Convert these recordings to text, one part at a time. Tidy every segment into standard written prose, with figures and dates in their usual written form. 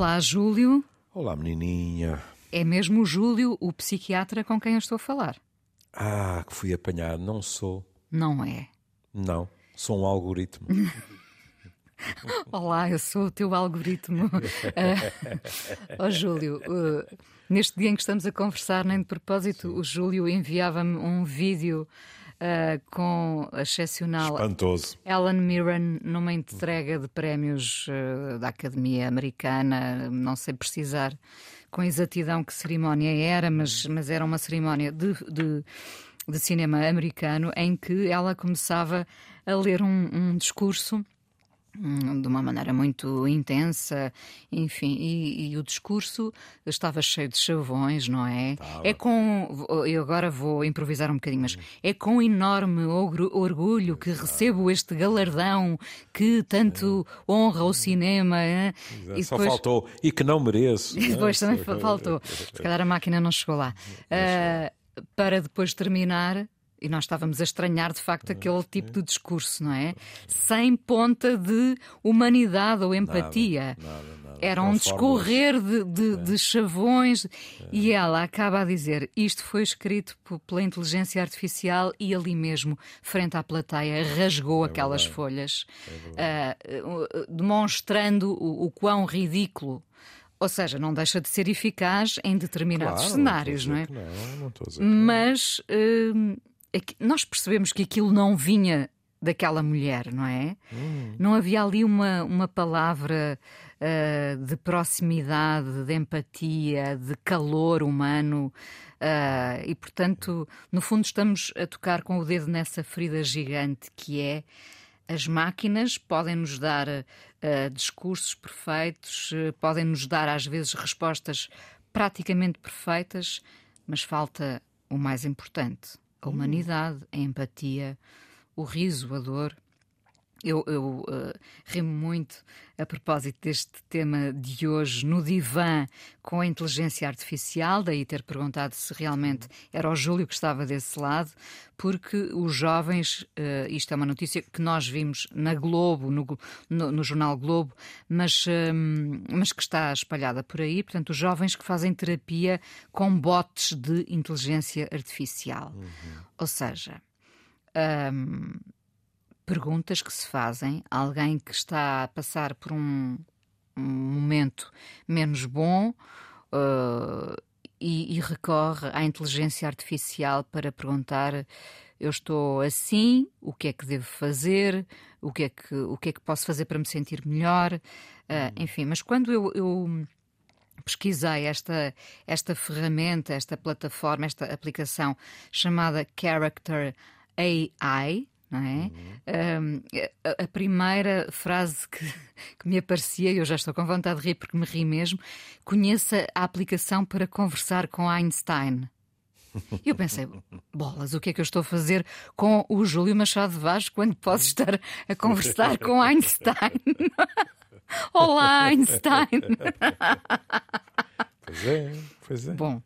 Olá, Júlio. Olá, menininha. É mesmo o Júlio, o psiquiatra com quem eu estou a falar? Ah, que fui apanhado. Não sou. Não é? Não. Sou um algoritmo. Olá, eu sou o teu algoritmo. Júlio, neste dia em que estamos a conversar, nem de propósito, o Júlio enviava-me um vídeo com a excepcional Espantoso. Helen Mirren numa entrega de prémios da Academia Americana. Não sei precisar com exatidão que cerimónia era, mas era uma cerimónia de cinema americano em que ela começava a ler um discurso de uma maneira muito intensa, enfim, e o discurso estava cheio de chavões, não é? Eu agora vou improvisar um bocadinho, mas é com enorme orgulho que recebo este galardão que tanto honra o cinema. E depois... Só faltou, e que não mereço. E depois também faltou. Se calhar a máquina não chegou lá. Para depois terminar... E nós estávamos a estranhar, de facto, aquele tipo de discurso, não é? Sem ponta de humanidade ou empatia. Nada. Era um discorrer de chavões. E ela acaba a dizer, isto foi escrito pela inteligência artificial e ali mesmo, frente à plateia, rasgou aquelas folhas, demonstrando o quão ridículo. Ou seja, não deixa de ser eficaz em determinados cenários, não é? Não estou a dizer que não. Mas... nós percebemos que aquilo não vinha daquela mulher, não é? Não havia ali uma palavra de proximidade, de empatia, de calor humano e, portanto, no fundo estamos a tocar com o dedo nessa ferida gigante que é as máquinas podem nos dar discursos perfeitos, podem nos dar às vezes respostas praticamente perfeitas, mas falta o mais importante. A humanidade, a empatia, o riso, a dor. Eu rimo muito a propósito deste tema de hoje no divã com a inteligência artificial, daí ter perguntado se realmente era o Júlio que estava desse lado, porque os jovens, isto é uma notícia que nós vimos na Globo, no jornal Globo, mas que está espalhada por aí, portanto, os jovens que fazem terapia com bots de inteligência artificial. Ou seja... perguntas que se fazem a alguém que está a passar por um momento menos bom e recorre à inteligência artificial para perguntar: eu estou assim, o que é que devo fazer, o que é que posso fazer para me sentir melhor, enfim. Mas quando eu pesquisei esta ferramenta, esta plataforma, esta aplicação chamada Character AI, não é? A primeira frase que me aparecia, e eu já estou com vontade de rir porque me ri mesmo: conheça a aplicação para conversar com Einstein. E eu pensei, bolas, o que é que eu estou a fazer com o Júlio Machado de Vaz quando posso estar a conversar com Einstein? Olá, Einstein! Pois é. Bom,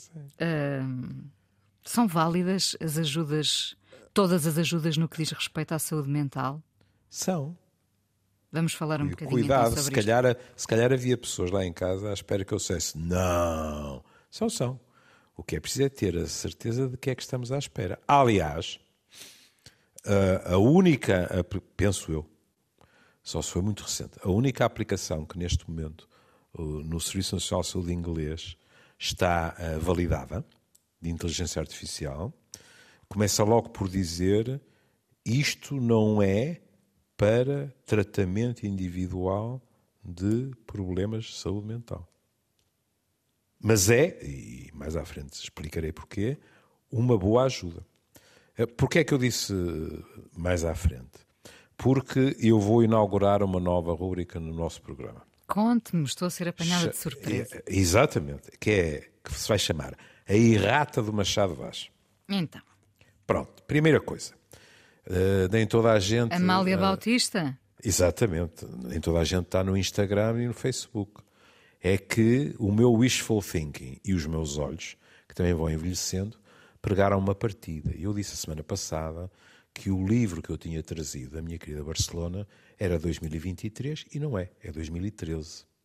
são válidas as ajudas... Todas as ajudas no que diz respeito à saúde mental? São. Vamos falar um bocadinho Cuidado, então sobre se calhar havia pessoas lá em casa à espera que eu dissesse não. São. O que é preciso é ter a certeza de que é que estamos à espera. Aliás, a única, penso eu, só se foi muito recente, a única aplicação que neste momento no Serviço Nacional de Saúde inglês está validada, de inteligência artificial, começa logo por dizer: isto não é para tratamento individual de problemas de saúde mental. Mas é, e mais à frente explicarei porquê, uma boa ajuda. Porquê é que eu disse mais à frente? Porque eu vou inaugurar uma nova rúbrica no nosso programa. Conte-me, estou a ser apanhada de surpresa. Exatamente, que se vai chamar A Errata do Machado Vaz. Então. Pronto, primeira coisa. Nem toda a gente... Amália Bautista? Exatamente. Nem toda a gente está no Instagram e no Facebook. É que o meu wishful thinking e os meus olhos, que também vão envelhecendo, pregaram uma partida. Eu disse a semana passada que o livro que eu tinha trazido da minha querida Barcelona era 2023 e não é 2013.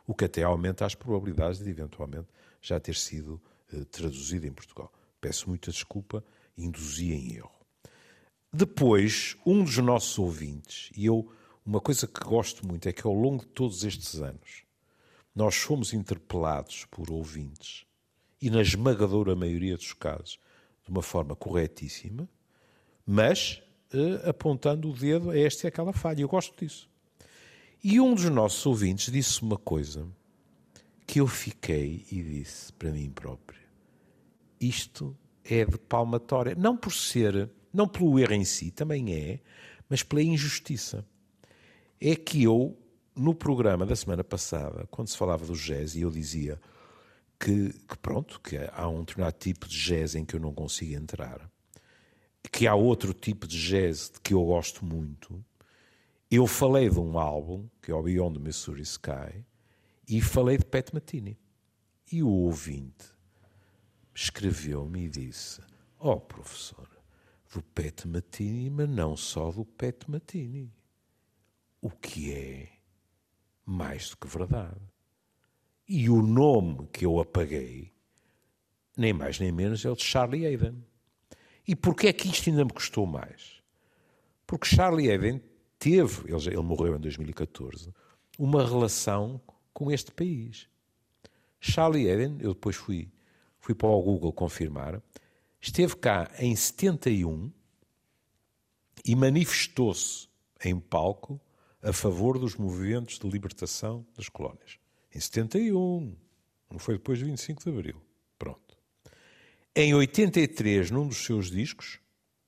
o que até aumenta as probabilidades de, eventualmente, já ter sido traduzido em Portugal. Peço muita desculpa, induzi em erro. Depois, um dos nossos ouvintes, e uma coisa que gosto muito é que ao longo de todos estes anos, nós fomos interpelados por ouvintes, e na esmagadora maioria dos casos, de uma forma corretíssima, mas apontando o dedo a esta e aquela falha. Eu gosto disso. E um dos nossos ouvintes disse uma coisa que eu fiquei e disse para mim próprio: isto é de palmatória. Não pelo erro em si, também é, mas pela injustiça. É que eu, no programa da semana passada, quando se falava do jazz, e eu dizia que há um determinado tipo de jazz em que eu não consigo entrar, que há outro tipo de jazz de que eu gosto muito, eu falei de um álbum, que é o Beyond the Missouri Sky, e falei de Pat Metheny. E o ouvinte escreveu-me e disse: professor, do Pat Metheny, mas não só do Pat Metheny. O que é mais do que verdade. E o nome que eu apaguei, nem mais nem menos, é o de Charlie Haden. E porquê é que isto ainda me custou mais? Porque Charlie Haden teve, ele morreu em 2014, uma relação com este país. Charlie Haden, eu depois fui para o Google confirmar, esteve cá em 71 e manifestou-se em palco a favor dos movimentos de libertação das colónias. Em 71, não foi depois de 25 de Abril. Pronto. Em 83, num dos seus discos,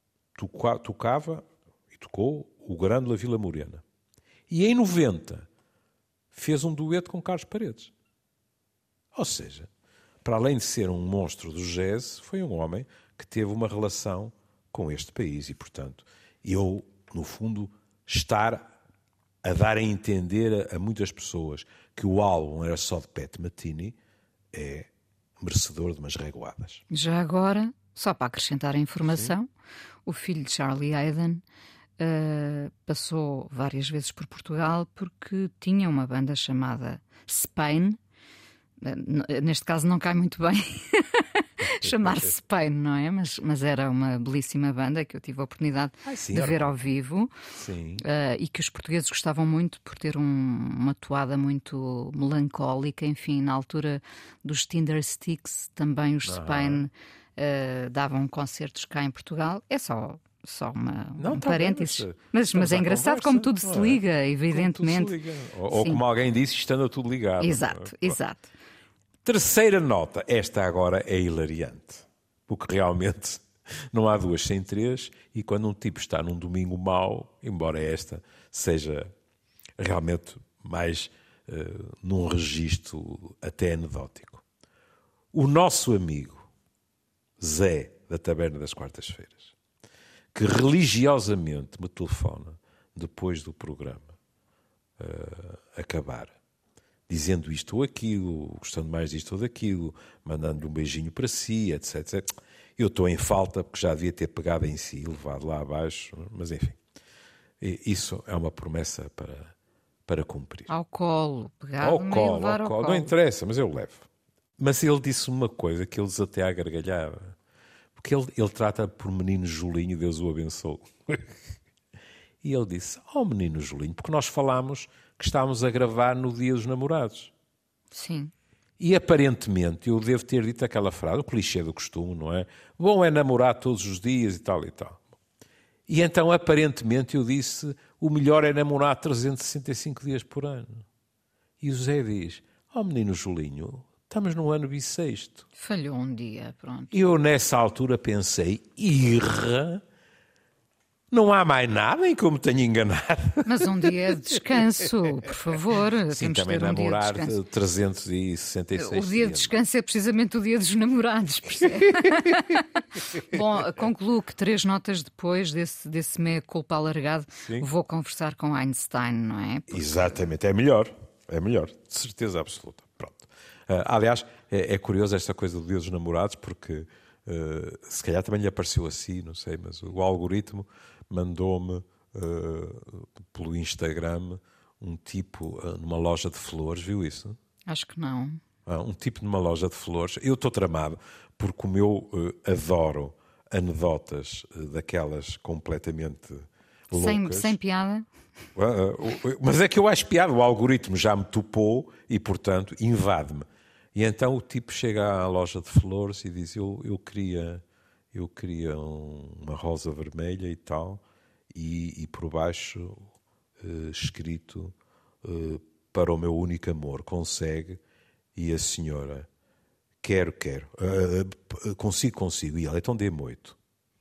tocava e tocou o Grândola Vila Morena. E em 90, fez um dueto com Carlos Paredes. Ou seja, para além de ser um monstro do jazz, foi um homem que teve uma relação com este país. E, portanto, eu, no fundo, estar a dar a entender a muitas pessoas que o álbum era só de Pat Metheny é merecedor de umas reguadas. Já agora, só para acrescentar a informação, o filho de Charlie Haden passou várias vezes por Portugal porque tinha uma banda chamada Spain. Neste caso não cai muito bem chamar-se Spain, não é? Mas era uma belíssima banda que eu tive a oportunidade de ver ao vivo. Sim. E que os portugueses gostavam muito por ter uma toada muito melancólica. Enfim, na altura dos Tindersticks também os Spain davam concertos cá em Portugal. É só um parênteses. Mas é engraçado como tudo se liga, evidentemente. Ou como alguém disse, estando tudo ligado. Exato, exato. Terceira nota, esta agora é hilariante, porque realmente não há duas sem três, e quando um tipo está num domingo mau, embora esta seja realmente mais num registro até anedótico, o nosso amigo Zé, da Taberna das Quartas-Feiras, que religiosamente me telefona depois do programa acabar, dizendo isto ou aquilo, gostando mais disto ou daquilo, mandando um beijinho para si, etc, etc. Eu estou em falta porque já devia ter pegado em si e levado lá abaixo, mas enfim. Isso é uma promessa para cumprir. Ao colo, pegado, ao colo. Não interessa, mas eu levo. Mas ele disse uma coisa que eles até à gargalhada. Porque ele trata por menino Julinho, Deus o abençoe. E ele disse: menino Julinho, porque nós falámos que estávamos a gravar no Dia dos Namorados. Sim. E aparentemente eu devo ter dito aquela frase, o clichê do costume, não é? Bom é namorar todos os dias e tal e tal. E então aparentemente eu disse: o melhor é namorar 365 dias por ano. E o José diz: menino Julinho, estamos no ano bissexto. Falhou um dia, pronto. E eu nessa altura pensei: irra, não há mais nada em que eu me tenha enganado. Mas um dia de descanso, por favor. Sim, temos também de ter namorar um dia de 366 O dia de descanso é precisamente o dia dos namorados, percebe? Bom, concluo que 3 notas depois desse meia-culpa alargado, vou conversar com Einstein, não é? Porque... Exatamente, é melhor, de certeza absoluta. Pronto. Aliás, é curioso esta coisa do dia dos namorados, porque se calhar também lhe apareceu assim, não sei, mas o algoritmo mandou-me pelo Instagram um tipo numa loja de flores, viu isso? Acho que não. Um tipo numa loja de flores. Eu estou tramado, porque como eu adoro anedotas daquelas completamente loucas. Sem piada? Mas é que eu acho piada, o algoritmo já me topou e, portanto, invade-me. E então o tipo chega à loja de flores e diz: eu queria uma rosa vermelha e tal, e por baixo escrito para o meu único amor, consegue? E a senhora: quero, consigo. E ela: então dê-me 8.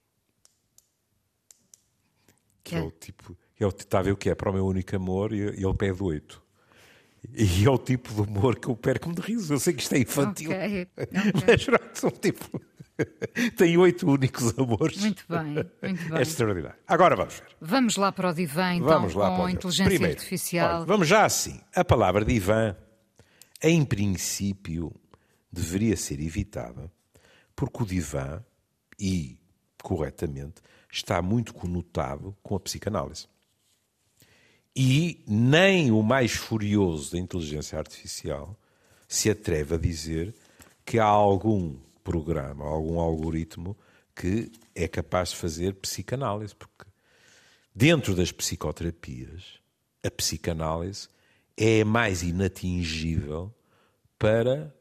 Que é o tipo, ele está a ver o que é para o meu único amor e ele pede 8. E é o tipo de humor que eu perco-me de riso. Eu sei que isto é infantil. Ok. Mas são tipo. Tem 8 únicos amores. Muito bem. É extraordinário. Agora vamos ver. Vamos lá para o divã, então, Vamos lá com para o a divã. inteligência Primeiro, artificial. olha, vamos já assim. A palavra divã, em princípio, deveria ser evitada, porque o divã, e corretamente, está muito conotado com a psicanálise. E nem o mais furioso da inteligência artificial se atreve a dizer que há algum programa, algum algoritmo que é capaz de fazer psicanálise, porque dentro das psicoterapias, a psicanálise é a mais inatingível para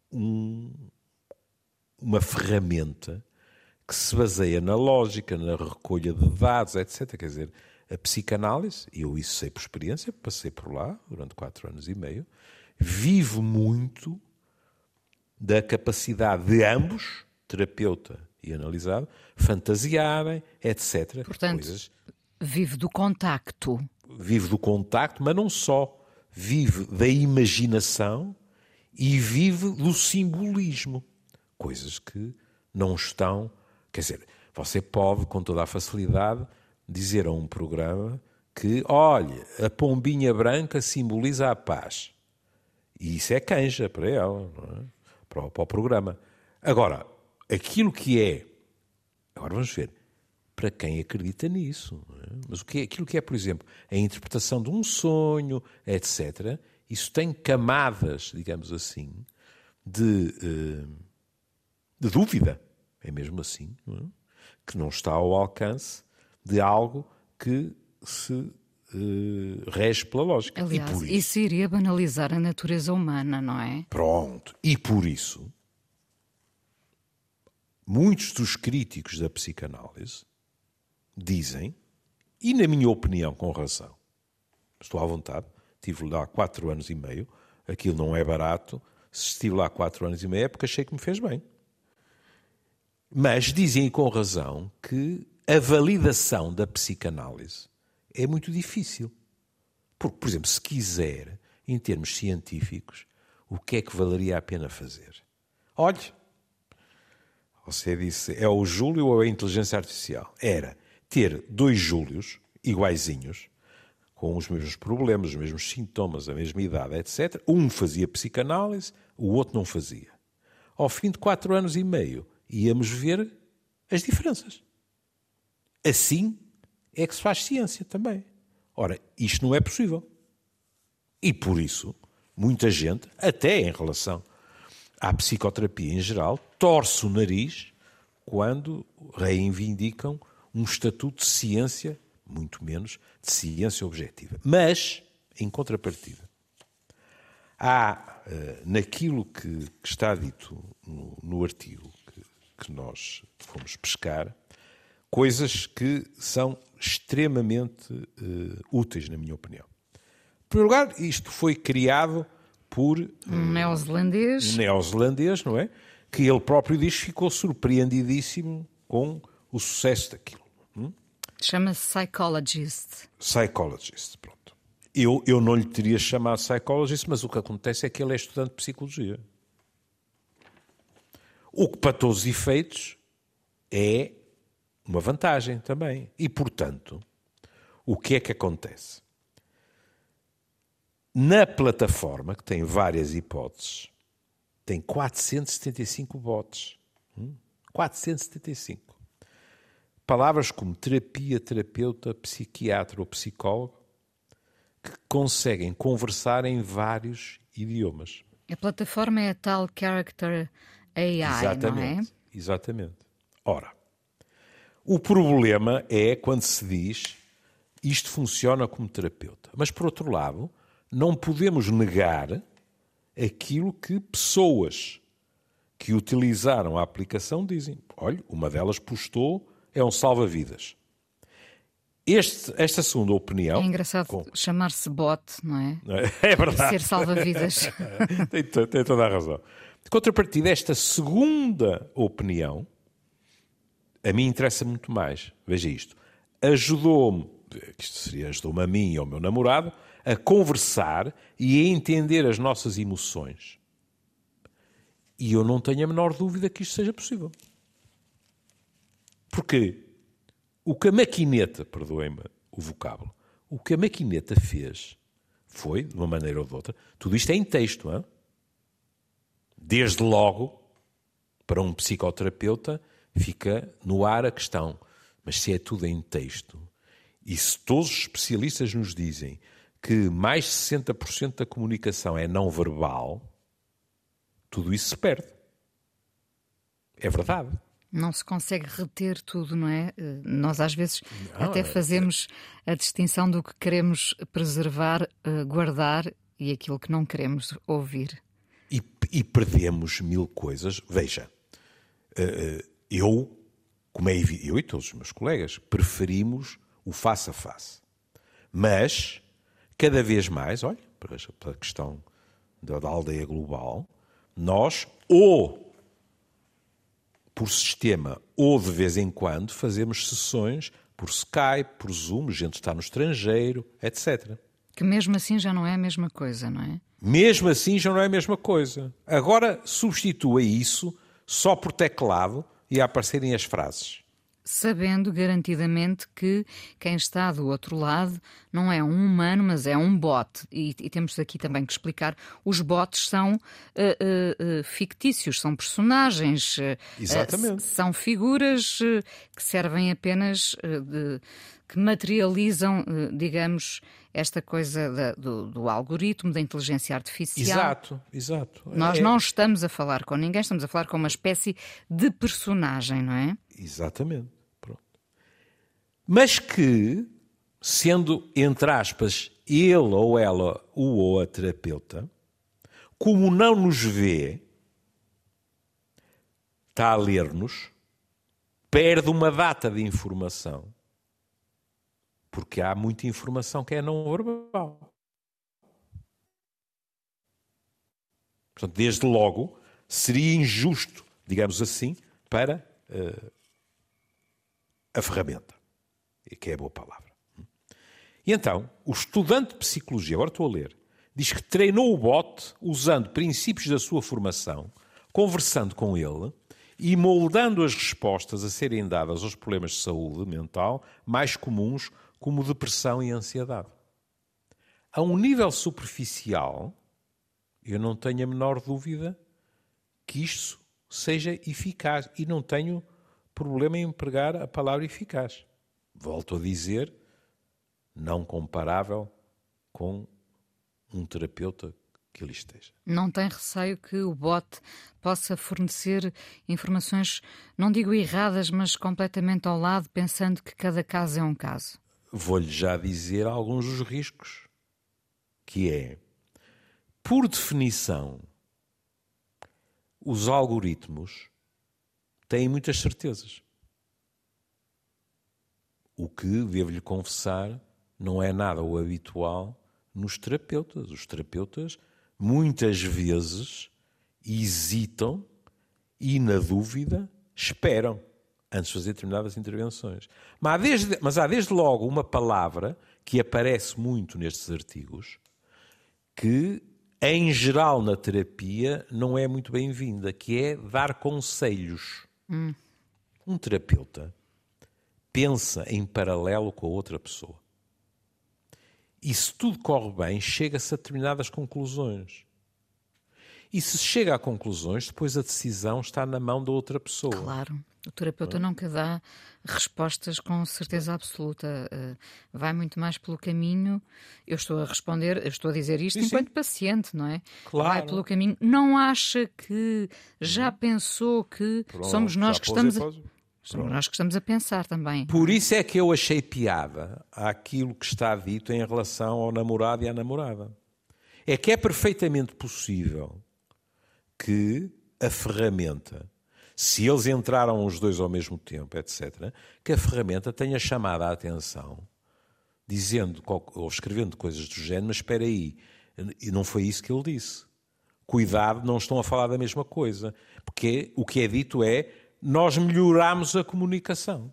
uma ferramenta que se baseia na lógica, na recolha de dados, etc. Quer dizer, a psicanálise, e eu isso sei por experiência, passei por lá durante 4 anos e meio, vive muito da capacidade de ambos, terapeuta e analisado, fantasiarem, etc. Portanto, vive do contacto. Vive do contacto, mas não só. Vive da imaginação e vive do simbolismo. Coisas que não estão... Quer dizer, você pode, com toda a facilidade, dizer a um programa que, olha, a pombinha branca simboliza a paz. E isso é canja para ela, não é? Para o programa. Agora, aquilo que é... Agora vamos ver. Para quem acredita nisso. Não é? Mas aquilo que é, por exemplo, a interpretação de um sonho, etc., isso tem camadas, digamos assim, de dúvida. É mesmo assim, não é? Que não está ao alcance de algo que se rege pela lógica. Aliás, e por isso iria banalizar a natureza humana, não é? Pronto. E por isso, muitos dos críticos da psicanálise dizem, e na minha opinião com razão, estou à vontade, estive lá 4 anos e meio, aquilo não é barato, se estive lá 4 anos e meio é porque achei que me fez bem. Mas dizem com razão que a validação da psicanálise é muito difícil. Porque, por exemplo, se quiser, em termos científicos, o que é que valeria a pena fazer? Olhe, você disse, é o Júlio ou a inteligência artificial? Era ter 2 Júlios iguaizinhos, com os mesmos problemas, os mesmos sintomas, a mesma idade, etc. Um fazia psicanálise, o outro não fazia. Ao fim de 4 anos e meio, íamos ver as diferenças. Assim é que se faz ciência também. Ora, isto não é possível. E por isso, muita gente, até em relação à psicoterapia em geral, torce o nariz quando reivindicam um estatuto de ciência, muito menos de ciência objetiva. Mas, em contrapartida, há naquilo que está dito no artigo que nós fomos pescar, coisas que são extremamente úteis, na minha opinião. Em primeiro lugar, isto foi criado por um neozelandês, não é? Que ele próprio diz que ficou surpreendidíssimo com o sucesso daquilo. Chama-se Psychologist. Psychologist, pronto. Eu não lhe teria chamado Psychologist, mas o que acontece é que ele é estudante de psicologia. O que, para todos os efeitos, é uma vantagem também. E, portanto, o que é que acontece? Na plataforma, que tem várias hipóteses, tem 475 bots. 475. Palavras como terapia, terapeuta, psiquiatra ou psicólogo que conseguem conversar em vários idiomas. A plataforma é a tal Character AI, Exatamente, não é? exatamente. Ora, o problema é quando se diz isto funciona como terapeuta. Mas, por outro lado, não podemos negar aquilo que pessoas que utilizaram a aplicação dizem. Olha, uma delas postou, é um salva-vidas. Esta segunda opinião... É engraçado chamar-se bot, não é? É verdade. Ser salva-vidas. Tem toda a razão. De contrapartida, esta segunda opinião, a mim interessa muito mais. Veja isto. Ajudou-me a mim e ao meu namorado a conversar e a entender as nossas emoções. E eu não tenho a menor dúvida que isto seja possível. Porque o que a maquineta, perdoem-me o vocábulo, o que a maquineta fez foi, de uma maneira ou de outra, tudo isto é em texto, hein? Desde logo, para um psicoterapeuta, fica no ar a questão, mas se é tudo em texto, e se todos os especialistas nos dizem que mais de 60% da comunicação é não verbal, tudo isso se perde. É verdade. Não se consegue reter tudo, não é? Nós às vezes até fazemos a distinção do que queremos preservar, guardar e aquilo que não queremos ouvir. E perdemos mil coisas. Veja, eu e todos os meus colegas, preferimos o face a face. Mas, cada vez mais, olha, para a questão da aldeia global, nós, ou por sistema, ou de vez em quando, fazemos sessões por Skype, por Zoom, gente está no estrangeiro, etc. Que mesmo assim já não é a mesma coisa, não é? Mesmo assim já não é a mesma coisa. Agora substitua isso só por teclado e a aparecerem as frases. Sabendo garantidamente que quem está do outro lado não é um humano, mas é um bot. E temos aqui também que explicar, os bots são fictícios, são personagens, são figuras que servem apenas, que materializam, digamos, esta coisa do algoritmo, da inteligência artificial. Exato. Nós não estamos a falar com ninguém, estamos a falar com uma espécie de personagem, não é? Exatamente. Pronto. Mas que, sendo, entre aspas, ele ou ela, o ou a terapeuta, como não nos vê, está a ler-nos, perde uma data de informação. Porque há muita informação que é não verbal. Portanto, desde logo, seria injusto, digamos assim, para a ferramenta, que é a boa palavra. E então, o estudante de psicologia, agora estou a ler, diz que treinou o bot usando princípios da sua formação, conversando com ele e moldando as respostas a serem dadas aos problemas de saúde mental mais comuns, como depressão e ansiedade. A um nível superficial, eu não tenho a menor dúvida que isto seja eficaz. E não tenho problema em empregar a palavra eficaz. Volto a dizer, não comparável com um terapeuta que ali esteja. Não tem receio que o bot possa fornecer informações, não digo erradas, mas completamente ao lado, pensando que cada caso é um caso? Vou-lhe já dizer alguns dos riscos, que é, por definição, os algoritmos têm muitas certezas. O que, devo-lhe confessar, não é nada o habitual nos terapeutas. Os terapeutas, muitas vezes, hesitam e, na dúvida, esperam antes de fazer determinadas intervenções. Mas há desde logo uma palavra que aparece muito nestes artigos que, em geral, na terapia, não é muito bem-vinda, que é dar conselhos. Um terapeuta pensa em paralelo com a outra pessoa. E se tudo corre bem, chega-se a determinadas conclusões. E se chega a conclusões, depois a decisão está na mão da outra pessoa. Claro. O terapeuta nunca dá respostas com certeza absoluta. Vai muito mais pelo caminho. Eu estou a responder, eu estou a dizer isto enquanto paciente, não é? Claro. Vai pelo caminho. Não acha que já pensou que somos nós que estamos somos nós que estamos a pensar também. Por isso é que eu achei piada àquilo que está dito em relação ao namorado e à namorada. É que é perfeitamente possível que a ferramenta, se eles entraram os dois ao mesmo tempo, etc., que a ferramenta tenha chamado a atenção, dizendo ou escrevendo coisas do género, mas espera aí, e não foi isso que ele disse. Cuidado, não estão a falar da mesma coisa. Porque o que é dito é, nós melhoramos a comunicação.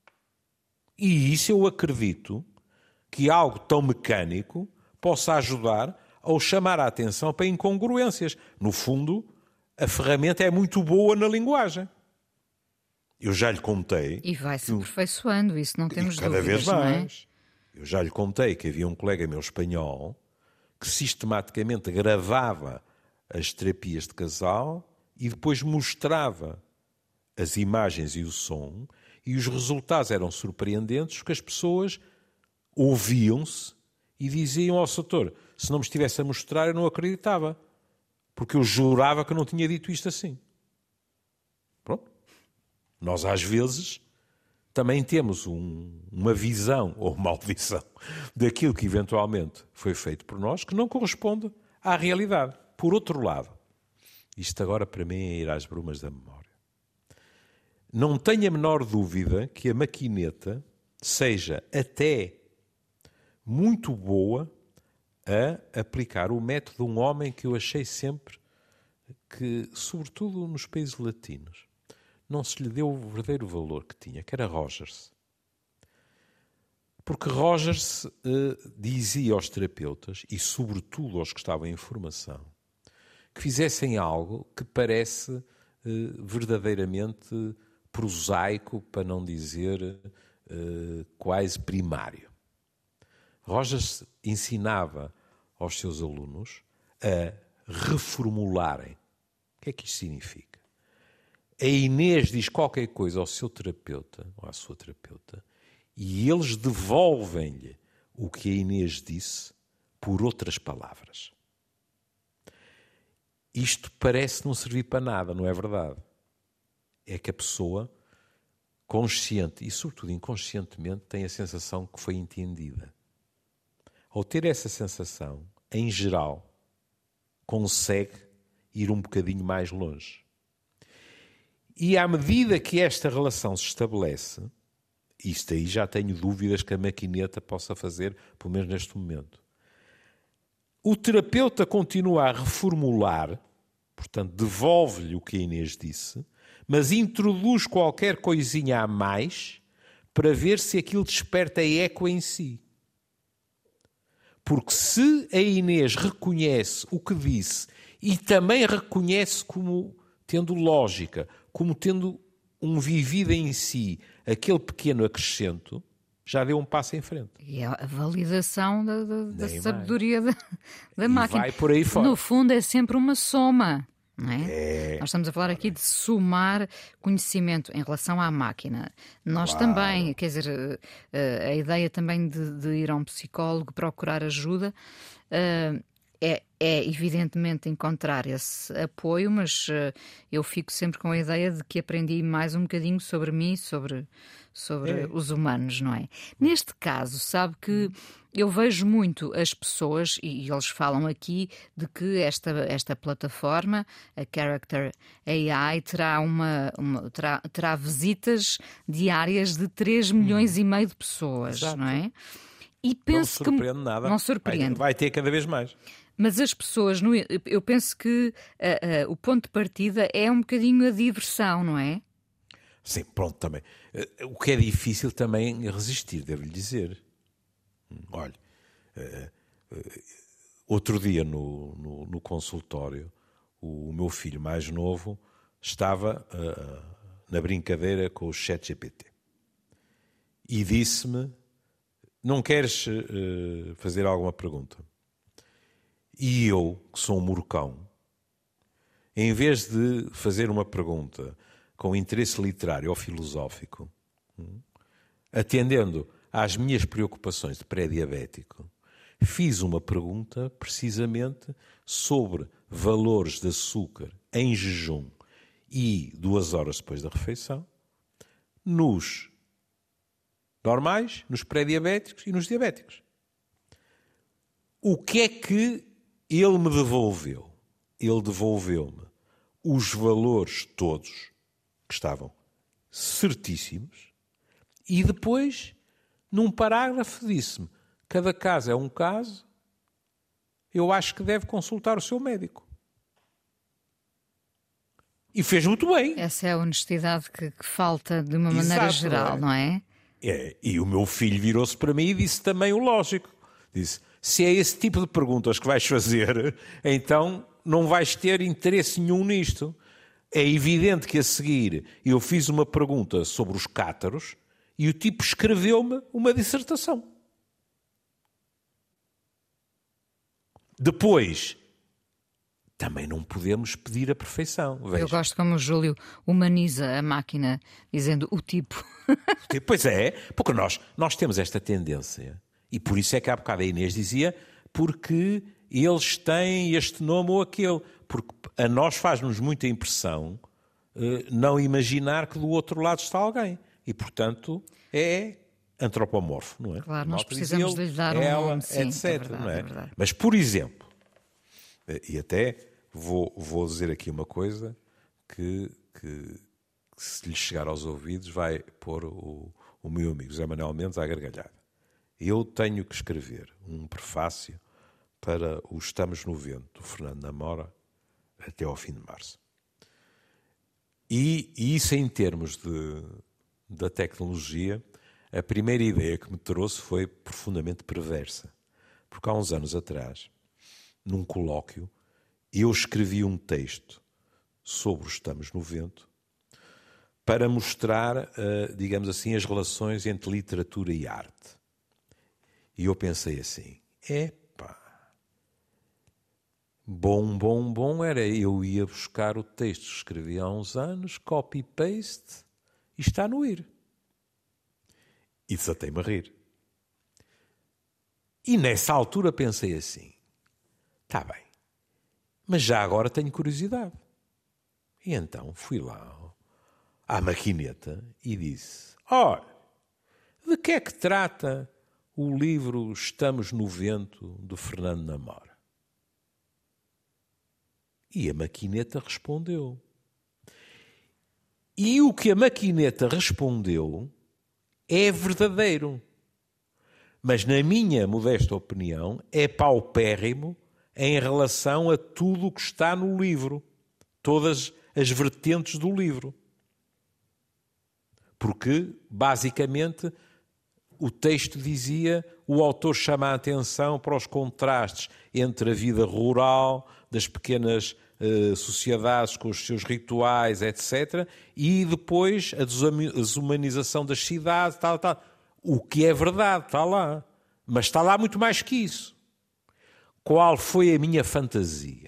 E isso eu acredito que algo tão mecânico possa ajudar ou chamar a atenção para incongruências. No fundo, a ferramenta é muito boa na linguagem. Eu já lhe contei... E vai-se aperfeiçoando, isso não temos cada dúvidas, vez mais. Não é? Eu já lhe contei que havia um colega meu espanhol que sistematicamente gravava as terapias de casal e depois mostrava as imagens e o som, e os resultados eram surpreendentes, porque as pessoas ouviam-se e diziam ao doutor, se não me estivesse a mostrar eu não acreditava, porque eu jurava que eu não tinha dito isto assim. Pronto. Nós às vezes também temos uma visão ou uma audição daquilo que eventualmente foi feito por nós que não corresponde à realidade. Por outro lado, isto agora para mim é ir às brumas da memória. Não tenho a menor dúvida que a maquineta seja até muito boa a aplicar o método de um homem que eu achei sempre que, sobretudo nos países latinos, não se lhe deu o verdadeiro valor que tinha, que era Rogers. Porque Rogers dizia aos terapeutas, e sobretudo aos que estavam em formação, que fizessem algo que parece verdadeiramente prosaico, para não dizer quase primário. Rogers ensinava aos seus alunos a reformularem. O que é que isto significa? A Inês diz qualquer coisa ao seu terapeuta, ou à sua terapeuta, e eles devolvem-lhe o que a Inês disse por outras palavras. Isto parece não servir para nada, não é verdade? É que a pessoa, consciente e sobretudo inconscientemente, tem a sensação que foi entendida. Ao ter essa sensação, em geral, consegue ir um bocadinho mais longe. E à medida que esta relação se estabelece, isto aí já tenho dúvidas que a maquineta possa fazer, pelo menos neste momento. O terapeuta continua a reformular, portanto, devolve-lhe o que a Inês disse, mas introduz qualquer coisinha a mais para ver se aquilo desperta eco em si. Porque se a Inês reconhece o que disse e também reconhece como tendo lógica, como tendo um vivido em si aquele pequeno acrescento, já deu um passo em frente. E é a validação da sabedoria da máquina. Vai por aí fora. No fundo é sempre uma soma. Não é? Nós estamos a falar aqui de somar conhecimento em relação à máquina. Nós também, quer dizer, a ideia também de ir a um psicólogo, procurar ajuda, é evidentemente encontrar esse apoio, mas eu fico sempre com a ideia de que aprendi mais um bocadinho sobre mim, sobre os humanos, não é? Neste caso, sabe que eu vejo muito as pessoas, e eles falam aqui de que esta plataforma, a Character AI, terá visitas diárias de 3 milhões e meio de pessoas, Exato. Não é? E penso não surpreende nada. Não surpreende. Vai ter cada vez mais. Mas as pessoas, eu penso que o ponto de partida é um bocadinho a diversão, não é? Sim, pronto, também. O que é difícil também é resistir, devo-lhe dizer. Olha, outro dia no consultório, o meu filho mais novo estava na brincadeira com o ChatGPT e disse-me, não queres fazer alguma pergunta? E eu, que sou um murcão, em vez de fazer uma pergunta com interesse literário ou filosófico, atendendo às minhas preocupações de pré-diabético, fiz uma pergunta precisamente sobre valores de açúcar em jejum e 2 horas depois da refeição, nos normais, nos pré-diabéticos e nos diabéticos. O que é que ele me devolveu? Ele devolveu-me os valores todos, que estavam certíssimos, e depois, num parágrafo, disse-me: cada caso é um caso, eu acho que deve consultar o seu médico. E fez muito bem. Essa é a honestidade que falta de uma maneira geral, não é? E o meu filho virou-se para mim e disse também o lógico. Disse: se é esse tipo de perguntas que vais fazer, então não vais ter interesse nenhum nisto. É evidente que a seguir eu fiz uma pergunta sobre os cátaros e o tipo escreveu-me uma dissertação. Depois, também não podemos pedir a perfeição. Veja. Eu gosto como o Júlio humaniza a máquina, dizendo o tipo. Pois é, porque nós temos esta tendência. E por isso é que há bocado a Inês dizia, porque eles têm este nome ou aquele. Porque a nós faz-nos muita impressão não imaginar que do outro lado está alguém. E, portanto, é antropomorfo, não é? Claro, nós precisamos de lhe dar um nome, sim, etc. é verdade, não é? É verdade. Mas, por exemplo, e até vou dizer aqui uma coisa que se lhe chegar aos ouvidos vai pôr o meu amigo José Manuel Mendes à gargalhada. Eu tenho que escrever um prefácio para o Estamos no Vento, do Fernando Namora, até ao fim de março. E isso em termos da tecnologia, a primeira ideia que me trouxe foi profundamente perversa. Porque há uns anos atrás, num colóquio, eu escrevi um texto sobre o Estamos no Vento para mostrar, digamos assim, as relações entre literatura e arte. E eu pensei assim, bom era, eu ia buscar o texto que escrevi há uns anos, copy-paste, e está no ir. E desatei-me a rir. E nessa altura pensei assim, está bem, mas já agora tenho curiosidade. E então fui lá à maquineta e disse, olha, de que é que trata o livro Estamos no Vento, do Fernando Namora? E a maquineta respondeu. E o que a maquineta respondeu é verdadeiro. Mas, na minha modesta opinião, é paupérrimo em relação a tudo o que está no livro. Todas as vertentes do livro. Porque, basicamente, o texto dizia, o autor chama a atenção para os contrastes entre a vida rural, das pequenas sociedades com os seus rituais, etc. E depois a desumanização das cidades, tal. O que é verdade, está lá. Mas está lá muito mais que isso. Qual foi a minha fantasia?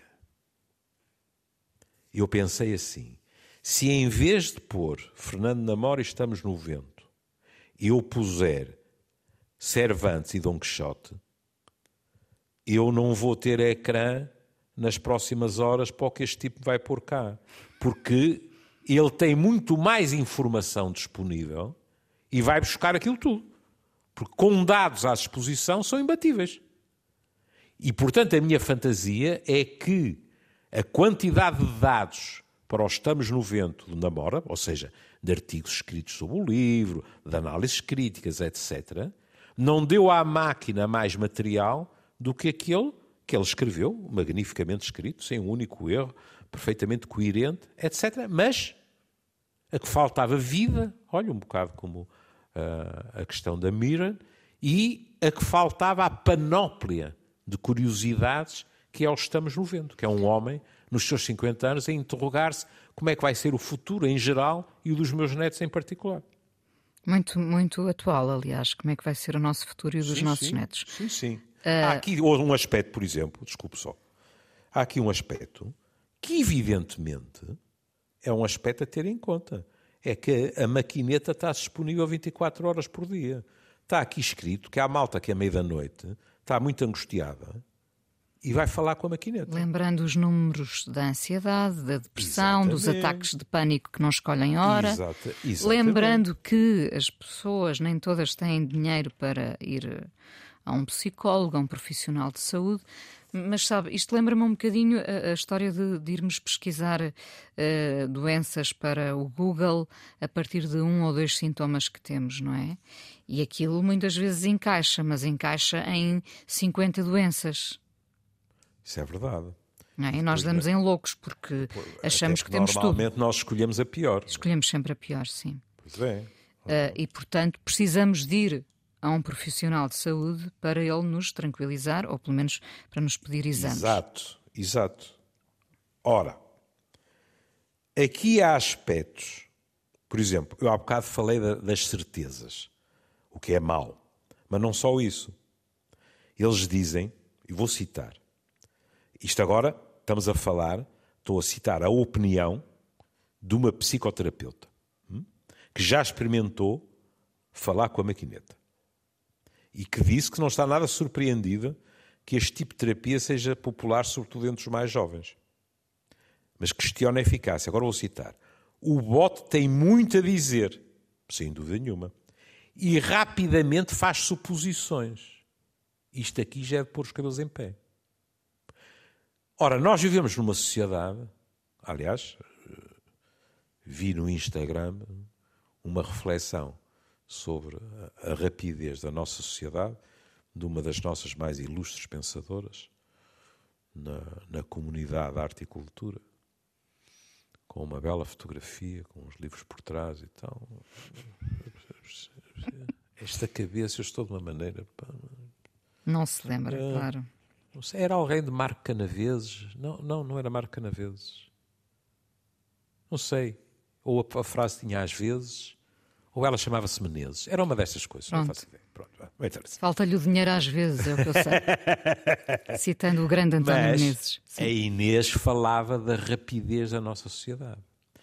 Eu pensei assim, se em vez de pôr Fernando Namora e Estamos no Vento, eu puser Cervantes e Dom Quixote, eu não vou ter ecrã nas próximas horas para o que este tipo vai pôr cá. Porque ele tem muito mais informação disponível e vai buscar aquilo tudo. Porque com dados à disposição são imbatíveis. E, portanto, a minha fantasia é que a quantidade de dados para o Estamos no Vento do Namora, ou seja, de artigos escritos sobre o livro, de análises críticas, etc., não deu à máquina mais material do que aquele que ele escreveu, magnificamente escrito, sem um único erro, perfeitamente coerente, etc. Mas a que faltava vida, olha, um bocado como a questão da Mira, e a que faltava a panóplia de curiosidades que é o Estamos no Vento, que é um homem, nos seus 50 anos, a interrogar-se como é que vai ser o futuro em geral e o dos meus netos em particular. Muito, muito atual, aliás, como é que vai ser o nosso futuro e o dos nossos netos. Sim. Há aqui um aspecto, por exemplo, desculpe só, há aqui um aspecto que evidentemente é um aspecto a ter em conta. É que a maquineta está disponível 24 horas por dia. Está aqui escrito que há malta que à meia da noite está muito angustiada e vai falar com a maquineta. Lembrando os números da ansiedade, da depressão, dos ataques de pânico que não escolhem hora. Exatamente. Lembrando que as pessoas nem todas têm dinheiro para ir a um psicólogo, a um profissional de saúde. Mas sabe, isto lembra-me um bocadinho a história de irmos pesquisar doenças para o Google a partir de 1 ou 2 sintomas que temos, não é? E aquilo muitas vezes encaixa, mas encaixa em 50 doenças. Isso é verdade. Não é? E nós damos em loucos porque achamos que temos tudo. Normalmente nós escolhemos a pior. Escolhemos sempre a pior, sim. Pois é. E, portanto, precisamos de ir a um profissional de saúde para ele nos tranquilizar, ou pelo menos para nos pedir exames. Exato. Ora, aqui há aspectos, por exemplo, eu há bocado falei das certezas, o que é mau, mas não só isso. Eles dizem, e vou citar, isto agora estamos a falar, estou a citar a opinião de uma psicoterapeuta que já experimentou falar com a maquineta. E que disse que não está nada surpreendida que este tipo de terapia seja popular, sobretudo entre os mais jovens. Mas questiona a eficácia. Agora vou citar. O bot tem muito a dizer, sem dúvida nenhuma, e rapidamente faz suposições. Isto aqui já é de pôr os cabelos em pé. Ora, nós vivemos numa sociedade, aliás, vi no Instagram uma reflexão sobre a rapidez da nossa sociedade, de uma das nossas mais ilustres pensadoras na comunidade da arte e cultura, com uma bela fotografia, com uns livros por trás e tal. Esta cabeça, eu estou de uma maneira... Não se lembra, claro. Não sei, era alguém de Marco Canaveses? Não era Marco Canaveses. Não sei. Ou a frase tinha às vezes... Ou ela chamava-se Menezes. Era uma destas coisas. Pronto. Não faço ideia. Pronto, falta-lhe o dinheiro às vezes, é o que eu sei. Citando o grande António Menezes. Sim. A Inês falava da rapidez da nossa sociedade.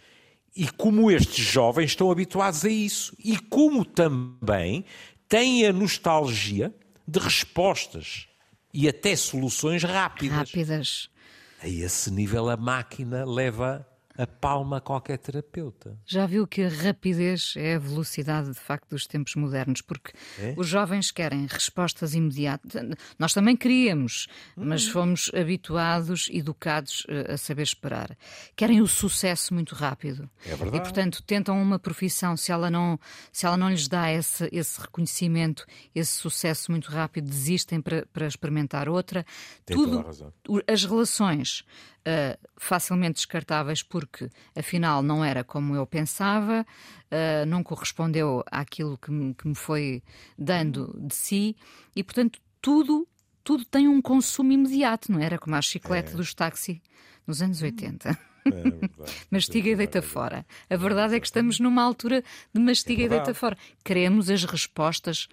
E como estes jovens estão habituados a isso. E como também têm a nostalgia de respostas e até soluções rápidas. A esse nível a máquina leva a palma a qualquer terapeuta. Já viu que a rapidez é a velocidade, de facto, dos tempos modernos, porque os jovens querem respostas imediatas. Nós também queríamos, mas fomos habituados, educados a saber esperar. Querem o sucesso muito rápido. É verdade. E, portanto, tentam uma profissão, se ela não lhes dá esse reconhecimento, esse sucesso muito rápido, desistem para experimentar outra. Tem toda a razão. As relações... facilmente descartáveis porque afinal não era como eu pensava, não correspondeu àquilo que me foi dando de si e portanto tudo tem um consumo imediato, não era como a chiclete dos táxi nos anos 80. É verdade. Mastiga e deita fora. A verdade é que estamos numa altura de mastiga e deita fora. Queremos as respostas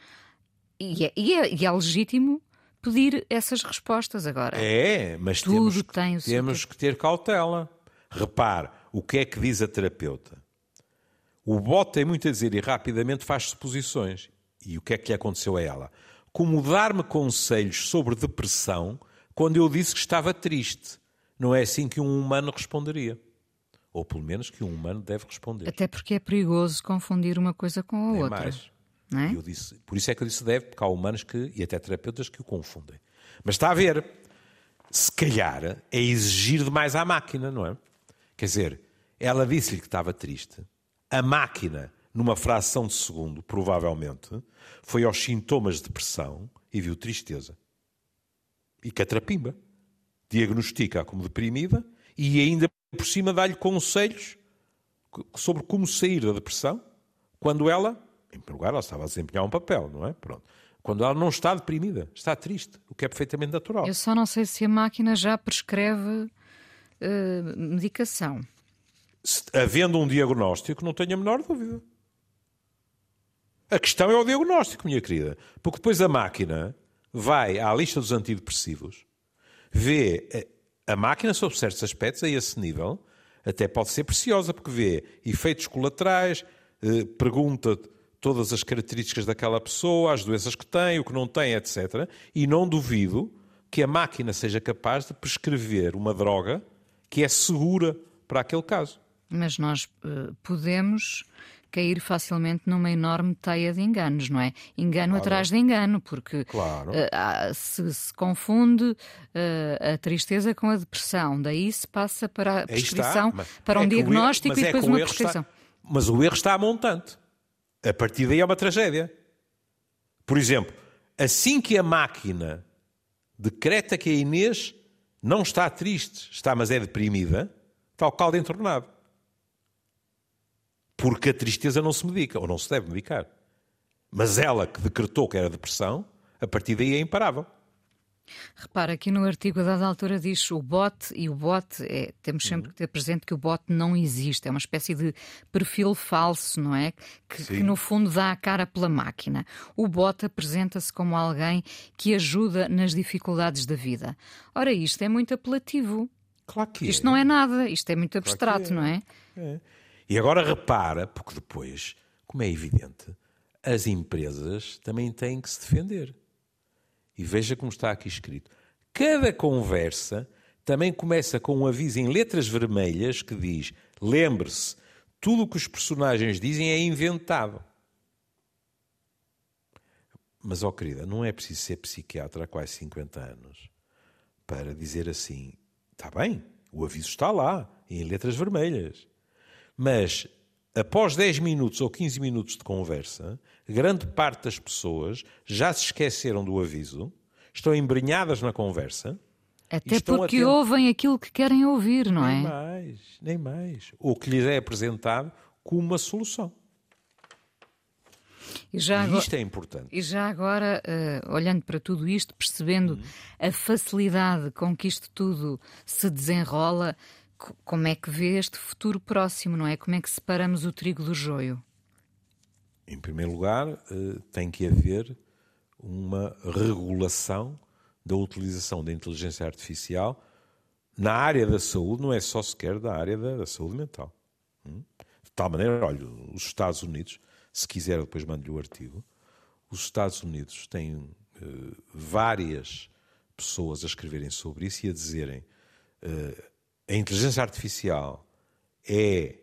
e é legítimo pedir essas respostas agora. Mas temos que ter cautela. Repare, o que é que diz a terapeuta? O bot tem muito a dizer e rapidamente faz suposições. E o que é que lhe aconteceu a ela? Como dar-me conselhos sobre depressão quando eu disse que estava triste. Não é assim que um humano responderia. Ou pelo menos que um humano deve responder. Até porque é perigoso confundir uma coisa com a outra. Mais. Não é? Por isso é que eu disse deve, porque há humanos e até terapeutas que o confundem. Mas está a ver, se calhar é exigir demais à máquina, não é? Quer dizer, ela disse-lhe que estava triste. A máquina, numa fração de segundo, provavelmente, foi aos sintomas de depressão e viu tristeza. E catrapimba. Diagnostica-a como deprimida e ainda por cima dá-lhe conselhos sobre como sair da depressão quando ela... Em primeiro lugar, ela estava a desempenhar um papel, não é? Pronto. Quando ela não está deprimida, está triste, o que é perfeitamente natural. Eu só não sei se a máquina já prescreve medicação. Havendo um diagnóstico, não tenho a menor dúvida. A questão é o diagnóstico, minha querida. Porque depois a máquina vai à lista dos antidepressivos, vê a máquina, sob certos aspectos, a esse nível, até pode ser preciosa, porque vê efeitos colaterais, pergunta todas as características daquela pessoa, as doenças que tem, o que não tem, etc. E não duvido que a máquina seja capaz de prescrever uma droga que é segura para aquele caso. Mas nós podemos cair facilmente numa enorme teia de enganos, não é? Engano atrás de engano, porque se confunde a tristeza com a depressão, daí se passa para a prescrição, para um diagnóstico e depois uma prescrição. Mas o erro está a montante. A partir daí é uma tragédia. Por exemplo, assim que a máquina decreta que a Inês não está triste, mas é deprimida, está o caldo entornado. Porque a tristeza não se medica, ou não se deve medicar. Mas ela que decretou que era depressão, a partir daí é imparável. Repara, aqui no artigo a dada altura diz o bot, e o bot, temos sempre que ter presente que o bot não existe, é uma espécie de perfil falso, não é? Que no fundo dá a cara pela máquina. O bot apresenta-se como alguém que ajuda nas dificuldades da vida. Ora, isto é muito apelativo. Claro que isto não é nada, isto é muito abstrato, não é? E agora repara, porque depois, como é evidente, as empresas também têm que se defender. E veja como está aqui escrito. Cada conversa também começa com um aviso em letras vermelhas que diz: lembre-se, tudo o que os personagens dizem é inventado. Mas, querida, não é preciso ser psiquiatra há quase 50 anos para dizer assim, está bem, o aviso está lá, em letras vermelhas. Mas, após 10 minutos ou 15 minutos de conversa, grande parte das pessoas já se esqueceram do aviso, estão embrenhadas na conversa. Até porque ouvem aquilo que querem ouvir, não é? Nem mais. Ou que lhes é apresentado como uma solução. E isto é importante. E já agora, olhando para tudo isto, percebendo a facilidade com que isto tudo se desenrola, como é que vê este futuro próximo, não é? Como é que separamos o trigo do joio? Em primeiro lugar, tem que haver uma regulação da utilização da inteligência artificial na área da saúde, não é só sequer da área da saúde mental. De tal maneira, olha, os Estados Unidos, se quiser depois mando-lhe o artigo, os Estados Unidos têm várias pessoas a escreverem sobre isso e a dizerem a inteligência artificial é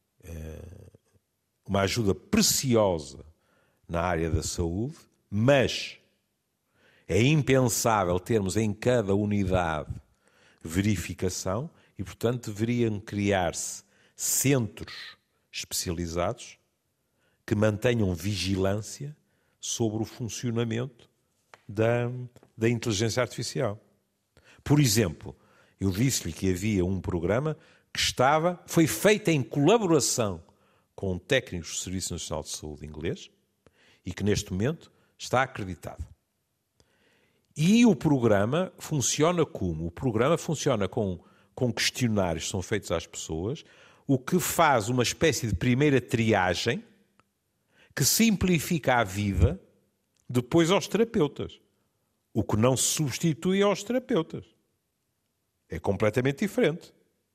uma ajuda preciosa na área da saúde, mas é impensável termos em cada unidade verificação e, portanto, deveriam criar-se centros especializados que mantenham vigilância sobre o funcionamento da inteligência artificial. Por exemplo, eu disse-lhe que havia um programa que foi feito em colaboração com técnicos do Serviço Nacional de Saúde inglês e que neste momento está acreditado. E o programa funciona como? O programa funciona com questionários que são feitos às pessoas, o que faz uma espécie de primeira triagem que simplifica a vida depois aos terapeutas. O que não se substitui aos terapeutas. É completamente diferente.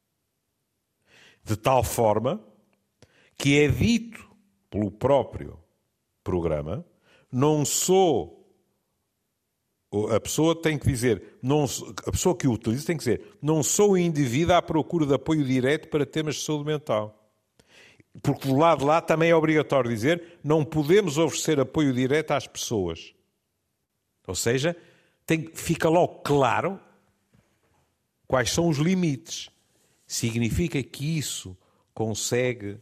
De tal forma que é dito pelo próprio programa, a pessoa tem que dizer, a pessoa que o utiliza tem que dizer, não sou um indivíduo à procura de apoio direto para temas de saúde mental. Porque do lado de lá também é obrigatório dizer, não podemos oferecer apoio direto às pessoas. Ou seja, fica logo claro quais são os limites. Significa que isso consegue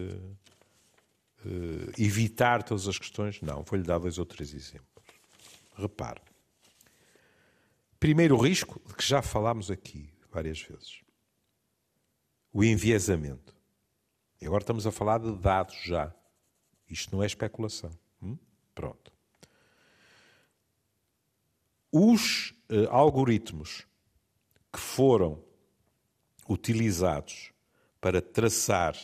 evitar todas as questões? Não, vou-lhe dar 2 ou 3 exemplos. Repare. Primeiro risco, de que já falámos aqui várias vezes. O enviesamento. E agora estamos a falar de dados já. Isto não é especulação. Pronto. Os algoritmos que foram utilizados para traçar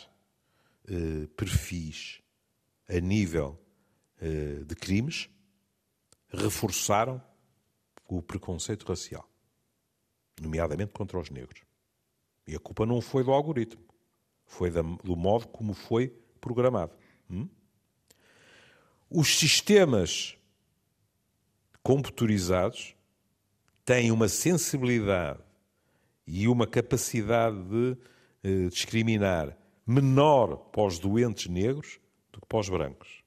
perfis a nível de crimes reforçaram o preconceito racial, nomeadamente contra os negros. E a culpa não foi do algoritmo. Foi do modo como foi programado. Os sistemas computarizados têm uma sensibilidade e uma capacidade de discriminar menor para os doentes negros do que para os brancos.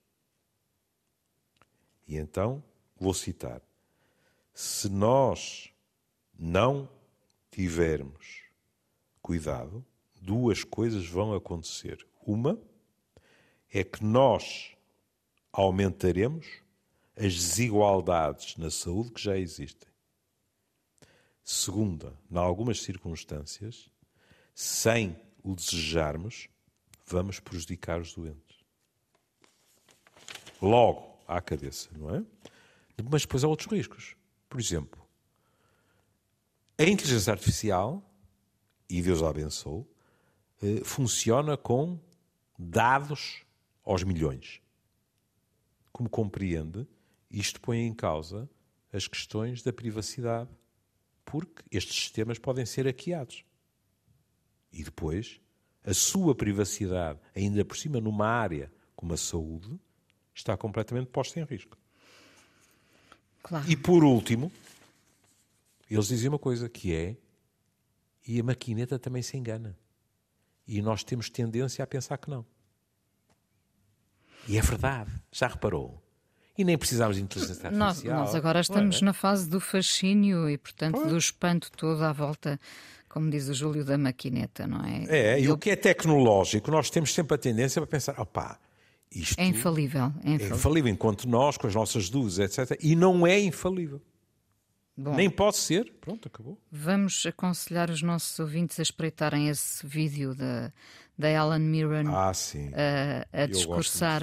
E então, vou citar, se nós não tivermos cuidado, duas coisas vão acontecer. Uma é que nós aumentaremos as desigualdades na saúde que já existem. Segunda, em algumas circunstâncias, sem o desejarmos, vamos prejudicar os doentes. Logo à cabeça, não é? Mas depois há outros riscos. Por exemplo, a inteligência artificial, e Deus a abençoe, funciona com dados aos milhões. Como compreende, isto põe em causa as questões da privacidade, porque estes sistemas podem ser hackeados. E depois, a sua privacidade, ainda por cima numa área como a saúde, está completamente posta em risco. Claro. E por último, eles dizem uma coisa que é, e a maquineta também se engana. E nós temos tendência a pensar que não. E é verdade, já reparou? E nem precisamos de inteligência artificial. Nós agora estamos na fase do fascínio e, portanto, do espanto todo à volta, como diz o Júlio, da maquineta, não é? E o que é tecnológico, nós temos sempre a tendência para pensar, isto é infalível. É infalível, enquanto nós, com as nossas dúvidas, etc. E não é infalível. Bom, nem pode ser. Pronto, acabou. Vamos aconselhar os nossos ouvintes a espreitarem esse vídeo da Helen Mirren a discursar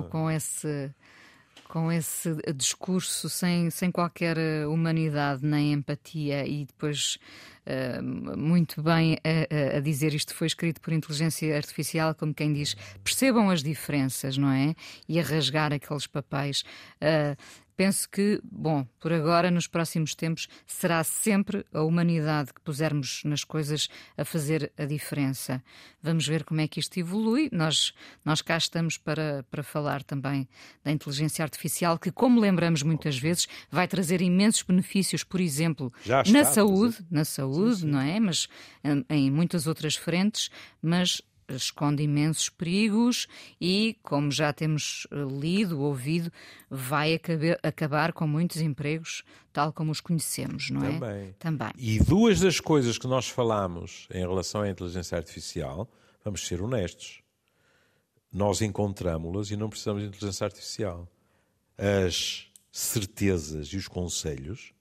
com esse discurso sem qualquer humanidade nem empatia e depois muito bem a dizer isto foi escrito por inteligência artificial, como quem diz, percebam as diferenças, não é? E a rasgar aqueles papéis. Penso que, por agora, nos próximos tempos, será sempre a humanidade que pusermos nas coisas a fazer a diferença. Vamos ver como é que isto evolui. Nós cá estamos para falar também da inteligência artificial, que, como lembramos muitas vezes, vai trazer imensos benefícios, por exemplo, na saúde, não é? Mas em muitas outras frentes, mas esconde imensos perigos e, como já temos lido, ouvido, vai acabar com muitos empregos, tal como os conhecemos, não é? Também. E duas das coisas que nós falamos em relação à inteligência artificial, vamos ser honestos, nós encontramos-las e não precisamos de inteligência artificial. As certezas e os conselhos,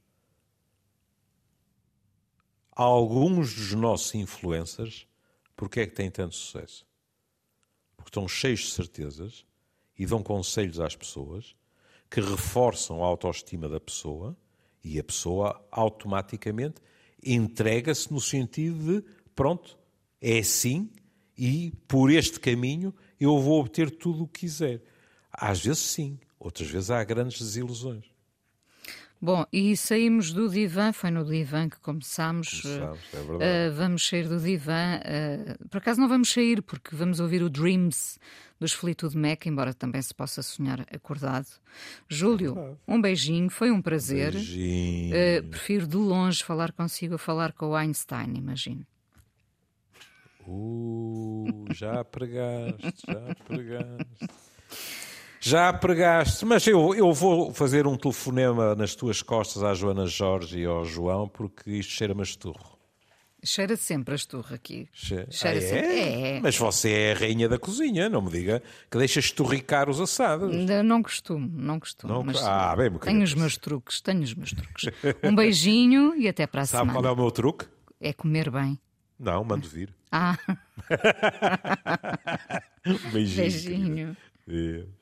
alguns dos nossos influencers, porque é que têm tanto sucesso? Porque estão cheios de certezas e dão conselhos às pessoas que reforçam a autoestima da pessoa e a pessoa automaticamente entrega-se no sentido de pronto, é assim e por este caminho eu vou obter tudo o que quiser. Às vezes sim, outras vezes há grandes desilusões. Bom, e saímos do divã, foi no divã que começámos. É verdade. Vamos sair do divã. Por acaso não vamos sair, porque vamos ouvir o Dreams dos Fleetwood Mac, embora também se possa sonhar acordado. Júlio, um beijinho, foi um prazer. Beijinho. Prefiro de longe falar consigo a falar com o Einstein, imagino. Já pregaste. Já pregaste, mas eu vou fazer um telefonema nas tuas costas à Joana Jorge e ao João, porque isto cheira-me a esturro. Cheira sempre a esturro aqui. Cheira sempre. É. Mas você é a rainha da cozinha, não me diga que deixa esturricar os assados. Não costumo. Mas bem, tenho os meus truques. Um beijinho e até para a semana. Sabe qual é o meu truque? É comer bem. Não, mando vir. Ah. Beijinho. Beijinho.